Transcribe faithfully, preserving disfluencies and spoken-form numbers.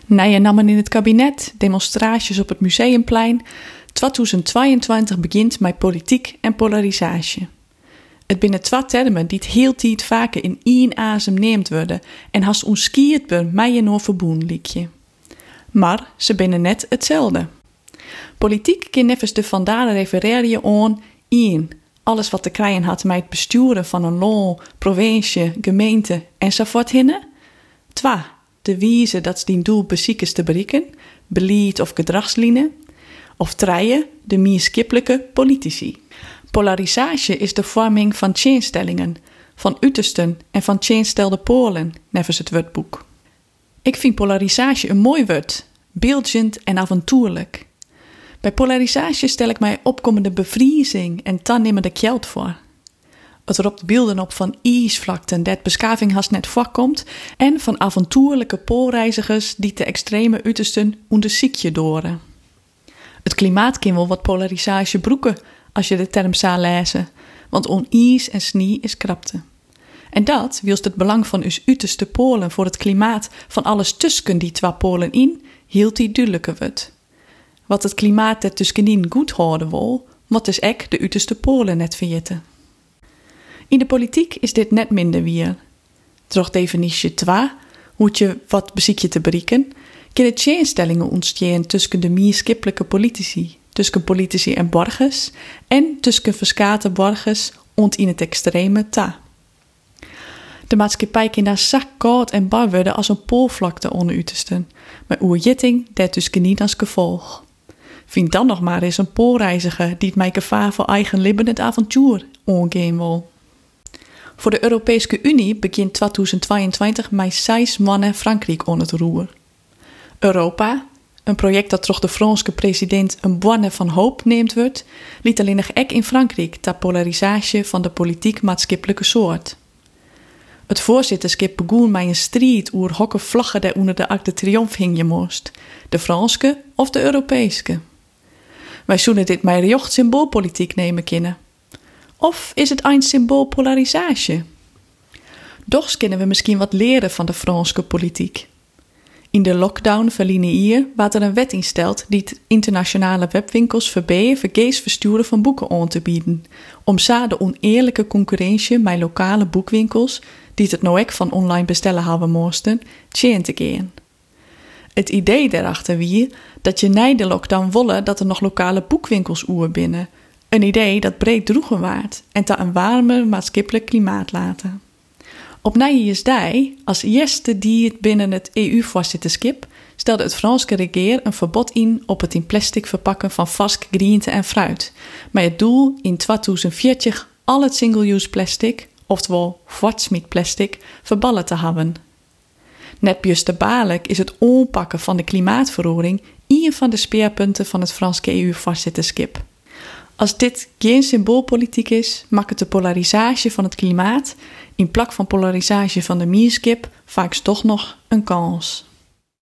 Nije namen in het kabinet, demonstraties op het Museumplein. tweeduizend tweeëntwintig begint met politiek en polarisatie. Het binnen twee termen die het heel tijd vaker in één adem neemt worden en has onskiert bij mij en verboen liekje. Maar ze binnen net hetzelfde. Politiek kan nevens de vandalen refereren aan één. Alles wat te krijgen had met het besturen van een land, provincie, gemeente enzovoort hinnen. twee. De wijze dat ze die doel beziekers te bereiken, beleid of gedragslijnen. Of drie. De meer skippelijke politici. Polarisatie is de vorming van tjeenstellingen, van uitersten en van tjeenstelde polen, nevens het woordboek. Ik vind polarisatie een mooi woord, beeldend en avontuurlijk. Bij polarisatie stel ik mij opkomende bevriezing en toenemende geld voor. Het roept beelden op van ijsvlakten dat beschaving haast net voorkomt en van avontuurlijke poolreizigers die te extreme uitersten onder ziekje doren. Het klimaat kan wel wat polarisatie broeken als je de term zou lezen, want on ijs en snie is krapte. En dat wilst het belang van uw uiterste polen voor het klimaat van alles tussen die twee polen in, hield die duidelijker wordt. Wat het klimaat er tussenin goed houden wil, moet dus ek de uiterste polen net verjitten. In de politiek is dit net minder weer. Door definitie twee, hoe je wat beziek je te bereiken, kunnen tjeenstellingen ontstaan tussen de meer skippelijke politici, tussen politici en burgers en tussen verskate burgers ont in het extreme ta. De maatschappij kan daar zak koud en bar worden als een poolvlakte onder uitersten, maar oerjitting dat dus niet als gevolg. Vind dan nog maar eens een poolreiziger die het mij gevaar voor eigen libben het avontuur ongaan wil. Voor de Europese Unie begint tweeduizend tweeëntwintig met zes mannen Frankrijk onder het roer. Europa, een project dat door de Franse president een bonne van hoop neemt wordt, liet alleen nog ek in Frankrijk ter polarisatie van de politiek-maatschappelijke soort. Het voorzitterschap begon met een strijd oer hokke vlaggen die onder de Arc de Triomphe hing je moest, de Franse of de Europese. Wij zullen dit met riocht symboolpolitiek nemen kunnen. Of is het een symbool polarisatie? Doch kunnen we misschien wat leren van de Franse politiek. In de lockdown verliezen hier werd er een wet insteld die het internationale webwinkels verbeden vergees versturen van boeken aan te bieden, om zo de oneerlijke concurrentie met lokale boekwinkels, die het nou ook van online bestellen hebben moesten, tjeen te gaan. Het idee daarachter wie dat je na de lockdown willen dat er nog lokale boekwinkels oer binnen. Een idee dat breed droegen waard en te een warmer maatschappelijk klimaat laten. Op Nijjiersdij, als eerste die het binnen het E U-voorzitterschap, stelde het Franse regeer een verbod in op het in plastic verpakken van vast groente en fruit, met het doel in tweeduizend veertig al het single-use plastic, oftewel voortsmiet plastic, verballen te hebben. Net biesterbaarlijk is het onpakken van de klimaatverandering een van de speerpunten van het Franse E U-voorzitterschap. Als dit geen symboolpolitiek is, maakt het de polarisatie van het klimaat, in plak van polarisatie van de mierskip, vaak toch nog een kans.